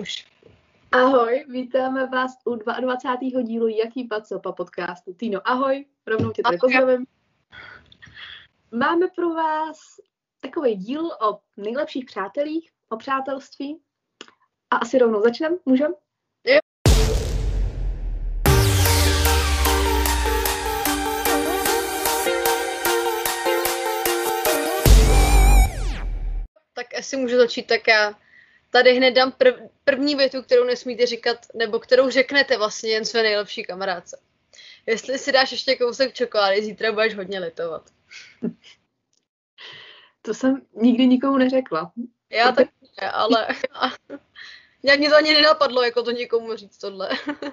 Už. Ahoj, vítáme vás u 22. dílu Jaký pacopa podcastu. Týno, ahoj, rovnou tě tady pozdravím. Máme pro vás takový díl o nejlepších přátelích, o přátelství. A asi rovnou začneme, můžem? Jo. Tak asi můžu začít, tak já tady hned dám první větu, kterou nesmíte říkat, nebo kterou řeknete vlastně jen své nejlepší kamarádce. Jestli si dáš ještě kousek čokolády, zítra budeš hodně litovat. To jsem nikdy nikomu neřekla. Já tak ne, ale nějak mě to ani nenapadlo, jako to někomu říct tohle.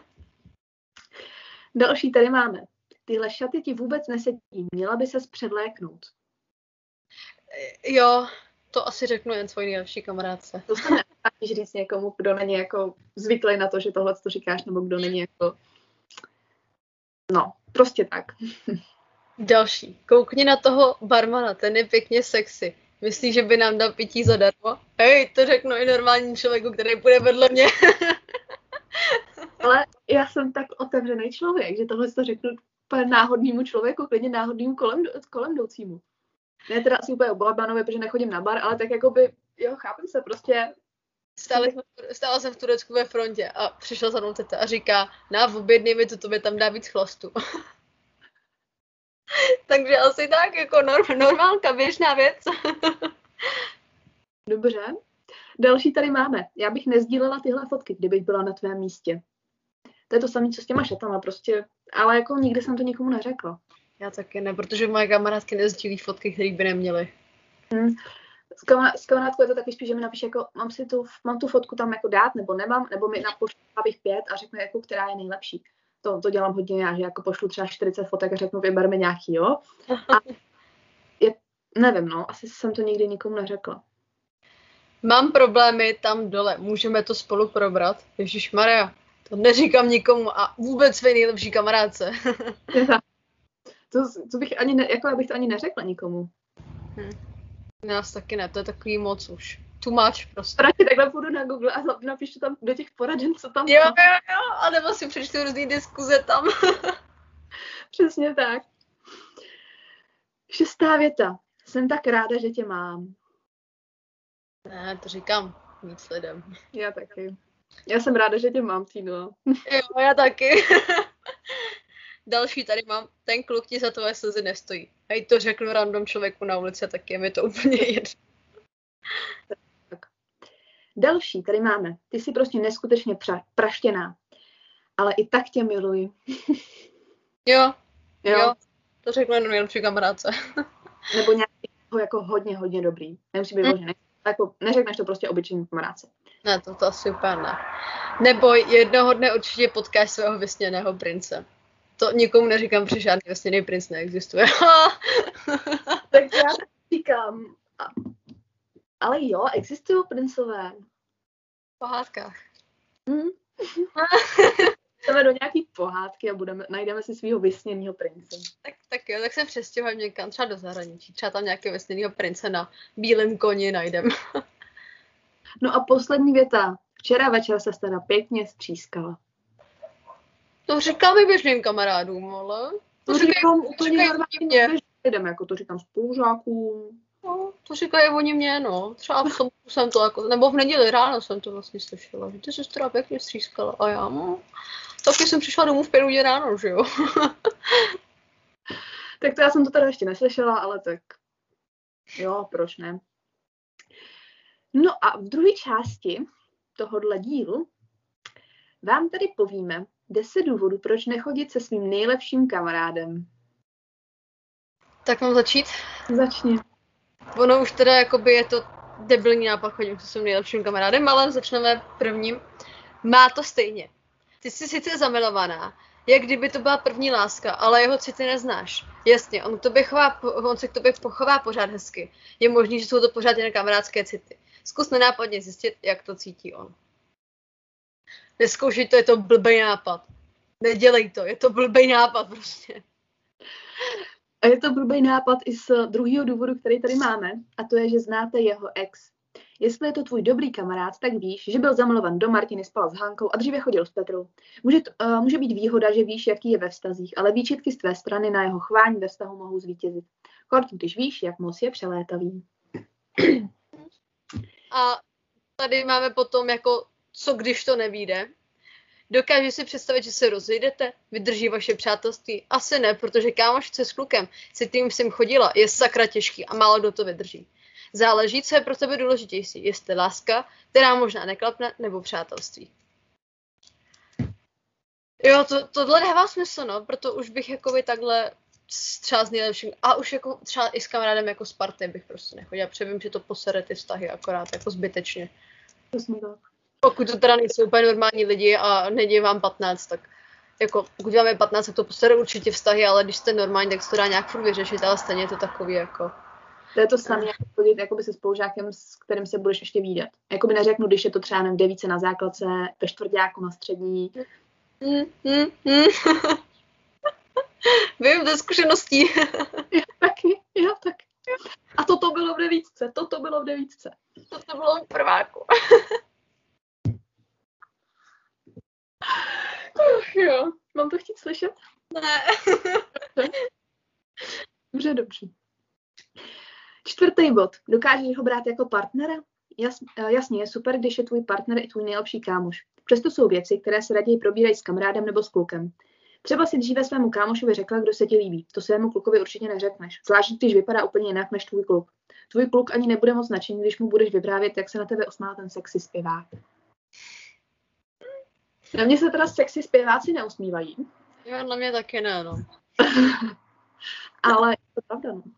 Další tady máme. Tyhle šaty ti vůbec nesedí, měla by ses předléknout. Jo, to asi řeknu jen svojí nejlepší kamarádce. To se nemáš říct někomu, kdo není jako zvyklý na to, že tohle to říkáš, nebo kdo není jako... No, prostě tak. Další. Koukni na toho barmana, ten je pěkně sexy. Myslíš, že by nám dal pití zadarmo? Hej, to řeknu i normální člověku, který půjde vedle mě. Ale já jsem tak otevřený člověk, že tohle to řeknu náhodnému člověku, klidně náhodnému kolem jdoucímu. Ne teda asi úplně o barmanovi, protože nechodím na bar, ale tak jakoby, jo, chápem se, prostě... Stála jsem v Turecku ve frontě a přišla za mnou teta a říká, obědnej mi to, tobě tam dá víc chlastu. Takže asi tak, jako normálka, běžná věc. Dobře. Další tady máme. Já bych nezdílela tyhle fotky, kdybych byla na tvém místě. To je to samé, co s těma šatama, prostě. Ale jako nikdy jsem to nikomu neřekla. Já taky ne, protože moje kamarádky nezdílí fotky, které by neměly. S kamarádkou je to taky spíš, že mi napíše, jako mám tu fotku tam jako dát, nebo nemám, nebo mi napošlu, abych 5 a řekne, jako, která je nejlepší. To dělám hodně já, že jako pošlu třeba 40 fotek a řeknu, vyber mi nějaký, jo. A nevím, no, asi jsem to nikdy nikomu neřekla. Mám problémy tam dole, můžeme to spolu probrat? Ježišmarja, to neříkám nikomu a vůbec své nejlepší kamarádce. To bych ani, jako já bych to ani neřekla nikomu. Nás taky ne, to je takový moc už. Too much prostě. Radši takhle půjdu na Google a napíšu tam do těch poraden, co tam Jo, a nebo si přečtu různý diskuze tam. Přesně tak. 6. věta. Jsem tak ráda, že tě mám. Ne, to říkám víc lidem. Já taky. Já jsem ráda, že tě mám, Týno. Jo, já taky. Další tady mám, ten kluk ti za tvoje slzy nestojí. Hej, to řeknu random člověku na ulici, tak je mi to úplně jedno. Tak. Další tady máme. Ty jsi prostě neskutečně praštěná. Ale i tak tě miluji. Jo. To řeknu jenom nejlepší kamarádce. Nebo nějakého jako hodně dobrý. Nemusí být vložený. Jako neřekneš to prostě obyčejný kamarádce. Ne, to asi úplně ne. Nebo jednoho dne určitě potkáš svého vysněného prince. To nikomu neříkám, protože žádný vysněný princ neexistuje. Tak já říkám. Ale jo, existují princové. V pohádkách. Jdeme do nějaký pohádky a najdeme si svého vysněného prince. Tak jo, tak se přestěhujeme někam, třeba do zahraničí. Třeba tam nějakého vysněného prince na bílém koni najdeme. No a poslední věta. Včera večer se teda pěkně střískala. To říkám i běžným kamarádům, ale... To říkám úplně normálně lidem, jako to říkám spolužákům. No, to říkají oni mě, no. Třeba v tom jsem to jako, nebo v neděli ráno jsem to vlastně slyšela, že ty se teda pěkně střískala a já, taky jsem přišla domů v 5 hodin ráno, že jo. Tak to já jsem to teda ještě neslyšela, ale tak jo, proč ne. No a v druhé části tohohle dílu vám tady povíme 10 důvodů, proč nechodit se svým nejlepším kamarádem. Tak mám začít? Začni. Ono už teda jakoby je to debilní nápad, chodím se svým nejlepším kamarádem, ale začneme prvním. Má to stejně. Ty jsi sice zamilovaná, jak kdyby to byla první láska, ale jeho city neznáš. Jasně, on se k tobě pochová pořád hezky. Je možný, že jsou to pořád jen kamarádské city. Zkus nenápadně zjistit, jak to cítí on. Neskoušej to, je to blbej nápad. Nedělej to, je to blbej nápad prostě. A je to blbej nápad i z druhého důvodu, který tady máme, a to je, že znáte jeho ex. Jestli je to tvůj dobrý kamarád, tak víš, že byl zamilovan do Martiny, spal s Hankou a dříve chodil s Petrou. Může být výhoda, že víš, jaký je ve vztazích, ale výčitky z tvé strany na jeho chování ve vztahu mohou zvítězit. Kort, když víš, jak moc je přelétavý. A tady máme potom jako, co když to nevyjde. Dokážeš si představit, že se rozejdete? Vydrží vaše přátelství? Asi ne, protože kámošce s klukem, se tím jsem chodila, je sakra těžký a málo kdo to vydrží. Záleží, co je pro tebe důležitější, jestli láska, která možná neklapne, nebo přátelství. Jo, tohle dává smysl, no, proto už bych jakoby takhle třeba s nejlepším, a už jako třeba i s kamarádem jako z party bych prostě nechodila, protože vím, že to posere ty vztahy akorát jako zbytečně. Pokud to teda nejsou úplně normální lidi a neděje vám 15, tak jako pokud vám je 15, tak to posere určitě vztahy, ale když jste normální, tak se to dá nějak furt vyřešit, ale stejně je to takový jako... To je to samé, jako chodit jakoby se spolužákem, s kterým se budeš ještě vídat. Jakoby neřeknu, když je to třeba v 9 na základce, ve čtvrťáku na střední. Vím, to je zkušeností. Jo, taky. A toto bylo v 9. Toto bylo v prváku. Jo, mám to chtít slyšet? Ne. Dobře. 4. bod. Dokážeš ho brát jako partnera? Jasně, je super, když je tvůj partner i tvůj nejlepší kámoš. Přesto jsou věci, které se raději probírají s kamarádem nebo s klukem. Třeba si dříve svému kámošovi řekla, kdo se ti líbí. To svému klukovi určitě neřekneš. Zvlášť, když vypadá úplně jinak než tvůj kluk. Tvůj kluk ani nebude moc nadšený, když mu budeš vyprávět, jak se na tebe usmál ten sexy zpěvák. Na mě se teda sexy zpěváci neusmívají. Jo, na mě taky ne, no. Ale je to pravda, no.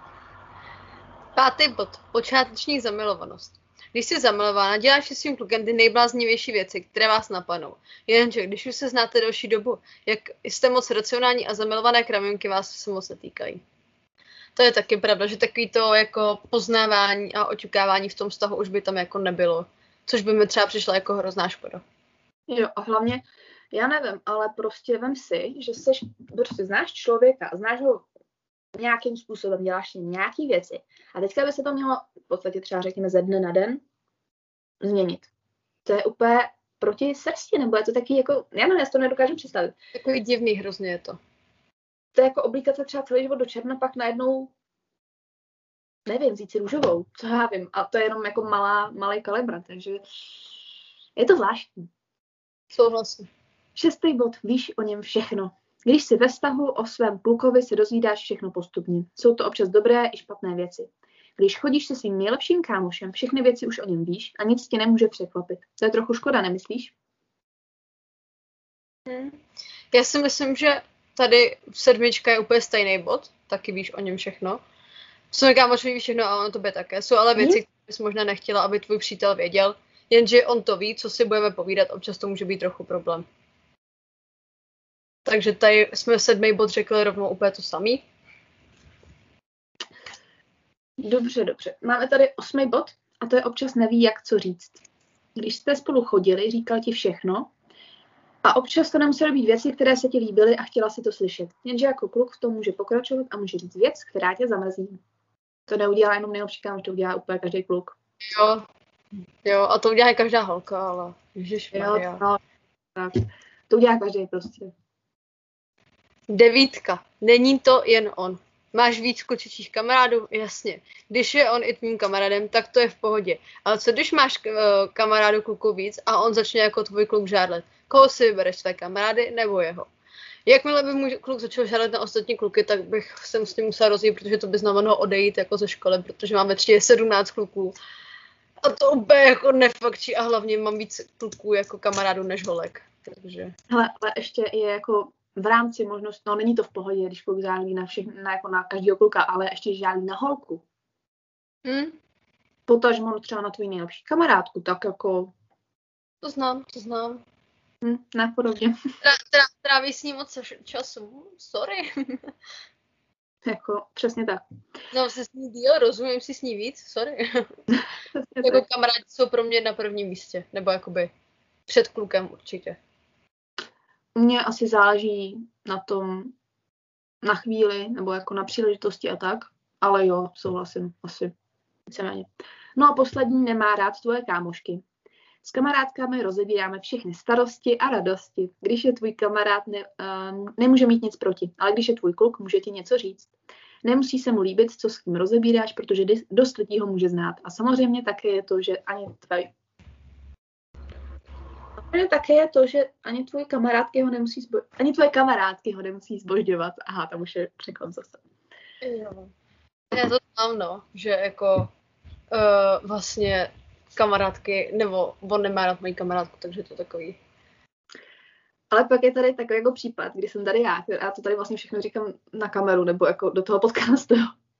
5. bod. Počáteční zamilovanost. Když jsi zamilovaná, děláš si svým klukem ty nejbláznivější věci, které vás napadnou. Jenže když už se znáte delší dobu, jak jste moc racionální a zamilované kravinky vás se moc netýkají. To je taky pravda, že takový to jako poznávání a oťukávání v tom vztahu už by tam jako nebylo. Což by mi třeba přišla jako hrozná škoda. Jo, a hlavně, já nevím, ale prostě vem si, že prostě znáš člověka, znáš ho nějakým způsobem, děláš si nějaký věci. A teďka by se to mělo v podstatě třeba řekněme ze dne na den změnit. To je úplně proti srsti, nebo je to taky jako, já nevím, já si to nedokážu představit. Takový divný hrozně je to. To je jako oblíkat se třeba celý život do černa, pak najednou, nevím, vzít si růžovou, co já vím. A to je jenom jako malý kalibr, takže je to zvláštní. Souhlasím. 6. bod, víš o něm všechno. Když jsi ve vztahu o svém klukovi, se dozvídáš všechno postupně. Jsou to občas dobré i špatné věci. Když chodíš se svým nejlepším kámošem, všechny věci už o něm víš a nic tě nemůže překvapit. To je trochu škoda, nemyslíš? Já si myslím, že tady 7 je úplně stejný bod, taky víš o něm všechno. Svůj kámoš ví všechno a on o tobě také. Jsou ale věci, které bys možná nechtěla, aby tvůj přítel věděl, jenže on to ví, co si budeme povídat, občas to může být trochu problém. Takže tady jsme 7. bod řekli rovnou úplně to samý. Dobře. Máme tady 8. bod a to je občas neví, jak co říct. Když jste spolu chodili, říkal ti všechno a občas to nemuselo být věci, které se ti líbily a chtěla si to slyšet. Jenže jako kluk v tom může pokračovat a může říct věc, která tě zamrzí. To neudělá jenom nejlepší kámoš, to udělá úplně každý kluk. Jo, a to udělá každá holka, ale ježišmarja. Jo, no, tak. To udělá každý prostě. 9. Není to jen on. Máš víc klučičích kamarádů? Jasně. Když je on i tvým kamarádem, tak to je v pohodě. Ale co když máš kamarádu kluku víc a on začne jako tvůj kluk žádlet? Koho si vybereš, své kamarády nebo jeho? Jakmile by můj kluk začal žádat na ostatní kluky, tak bych se s tím musela rozjít, protože to by znamenalo odejít jako ze školy, protože máme 17 kluků. A to úplně jako nefakčí a hlavně mám víc kluků jako kamarádů než holek. Takže... Hele, ale ještě je jako v rámci možnost, no není to v pohodě, když kluk žálí jako na každého kluka, ale ještě žálí na holku. Potažmo třeba na tvůj nejlepší kamarádku, tak jako... To znám. Napodobně. Tráví s ním moc času, sorry. Jako, přesně tak. No, se s ní díl, rozumím si s ní víc, sorry. Jako kamarádi jsou pro mě na prvním místě, nebo jakoby před klukem určitě. U mě asi záleží na tom, na chvíli, nebo jako na příležitosti a tak, ale jo, souhlasím, asi víceméně. No a poslední, nemá rád tvoje kámošky. S kamarádkami rozebíráme všechny starosti a radosti. Když je tvůj kamarád, nemůže mít nic proti, ale když je tvůj kluk, může ti něco říct. Nemusí se mu líbit, co s tím rozebíráš, protože dost lidí ho může znát. A samozřejmě také je to, že ani tvoje kamarádky ho nemusí zbožďovat. Aha, tam už je překlad zase. Jo. Já to mám, no, že jako vlastně kamarádky, nebo on nemá rád moji kamarádku, takže to takový. Ale pak je tady takový jako případ, kdy jsem tady já to tady vlastně všechno říkám na kameru, nebo jako do toho podcastu.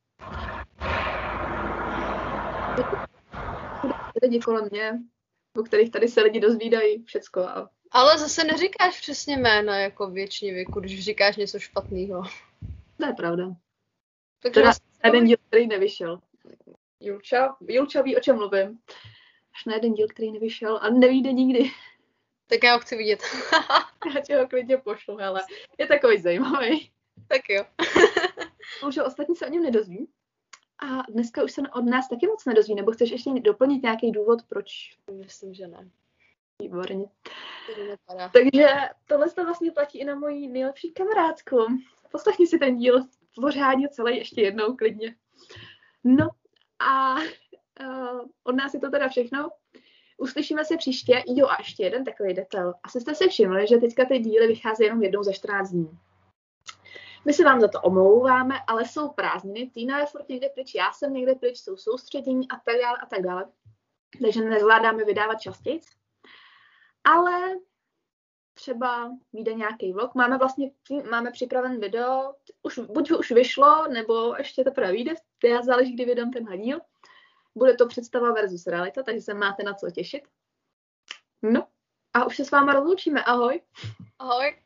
Lidi kolem mě, o kterých tady se lidi dozvídají všecko. Ale zase neříkáš přesně jména jako většině věku, když říkáš něco špatného. To je pravda. Takže teda jeden díl, který nevyšel. Julča ví, o čem mluvím. Až na jeden díl, který nevyšel a nevyjde nikdy. Tak já ho chci vidět. Já ti ho klidně pošlu, hele. Je takový zajímavý. Tak jo. Už ostatní se o něm nedozví. A dneska už se od nás taky moc nedozví, nebo chceš ještě doplnit nějaký důvod, proč? Myslím, že ne. Výborně. Takže tohle to vlastně platí i na moji nejlepší kamarádku. Poslechni si ten díl pořádně celý ještě jednou klidně. No a od nás je to teda všechno. Uslyšíme se příště. Jo, a ještě jeden takový detail. Asi jste si všimli, že teďka ty díly vycházejí jenom jednou za 14 dní. My se vám za to omlouváme, ale jsou prázdniny. Týna je furt někde pryč, já jsem někde pryč, jsou soustředění a tak dále. Takže nezvládáme vydávat častěji. Ale třeba vyjde nějaký vlog. Máme připraven video, buď už vyšlo, nebo ještě teprve vyjde. Záleží, kdy vydám ten díl. Bude to představa versus realita, takže se máte na co těšit. No a už se s váma rozloučíme. Ahoj. Ahoj.